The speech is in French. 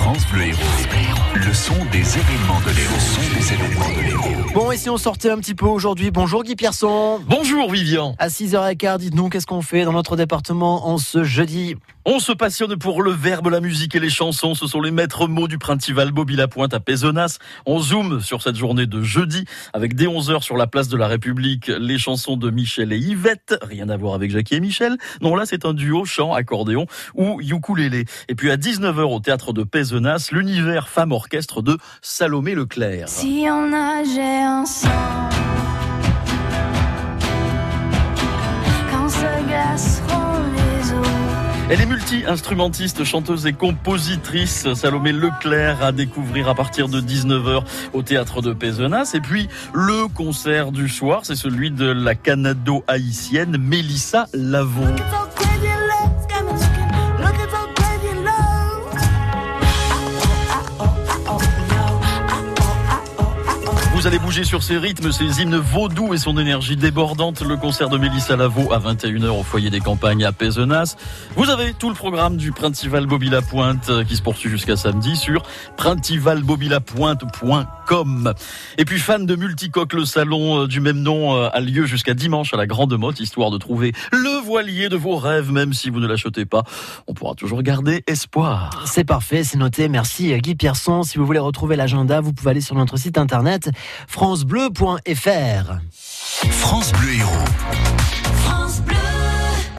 France Bleu Héros. Le son des événements de l'Héros. Bon, et si on sortait un petit peu aujourd'hui? Bonjour Guy Pierson. Bonjour Vivian. À 6h15, dites-nous, qu'est-ce qu'on fait dans notre département en ce jeudi? On se passionne pour le verbe, la musique et les chansons. Ce sont les maîtres mots du Printival Bobby-la-Pointe à Pézenas. On zoome sur cette journée de jeudi avec dès 11h sur la place de la République les chansons de Michel et Yvette. Rien à voir avec Jackie et Michel. Non, là c'est un duo chant, accordéon ou ukulélé. Et puis à 19h au théâtre de Pézenas, l'univers femme orchestre de Salomé Leclerc. Si on nageait ensemble, quand se glaceront les eaux. Elle est multi-instrumentiste, chanteuse et compositrice. Salomé Leclerc à découvrir à partir de 19h au théâtre de Pézenas. Et puis, le concert du soir, c'est celui de la canado-haïtienne Mélissa Lavo. Vous allez bouger sur ses rythmes, ses hymnes vaudous et son énergie débordante. Le concert de Mélissa Lavo à 21h au foyer des campagnes à Pézenas. Vous avez tout le programme du Printival Bobby-la-Pointe qui se poursuit jusqu'à samedi sur printivalbobbylapointe.com. Et puis fan de Multicoque, le salon du même nom a lieu jusqu'à dimanche à la Grande Motte, histoire de trouver le voilier de vos rêves, même si vous ne l'achetez pas. On pourra toujours garder espoir. C'est parfait, c'est noté. Merci Guy Pierson. Si vous voulez retrouver l'agenda, vous pouvez aller sur notre site internet francebleu.fr. France Bleu Héros.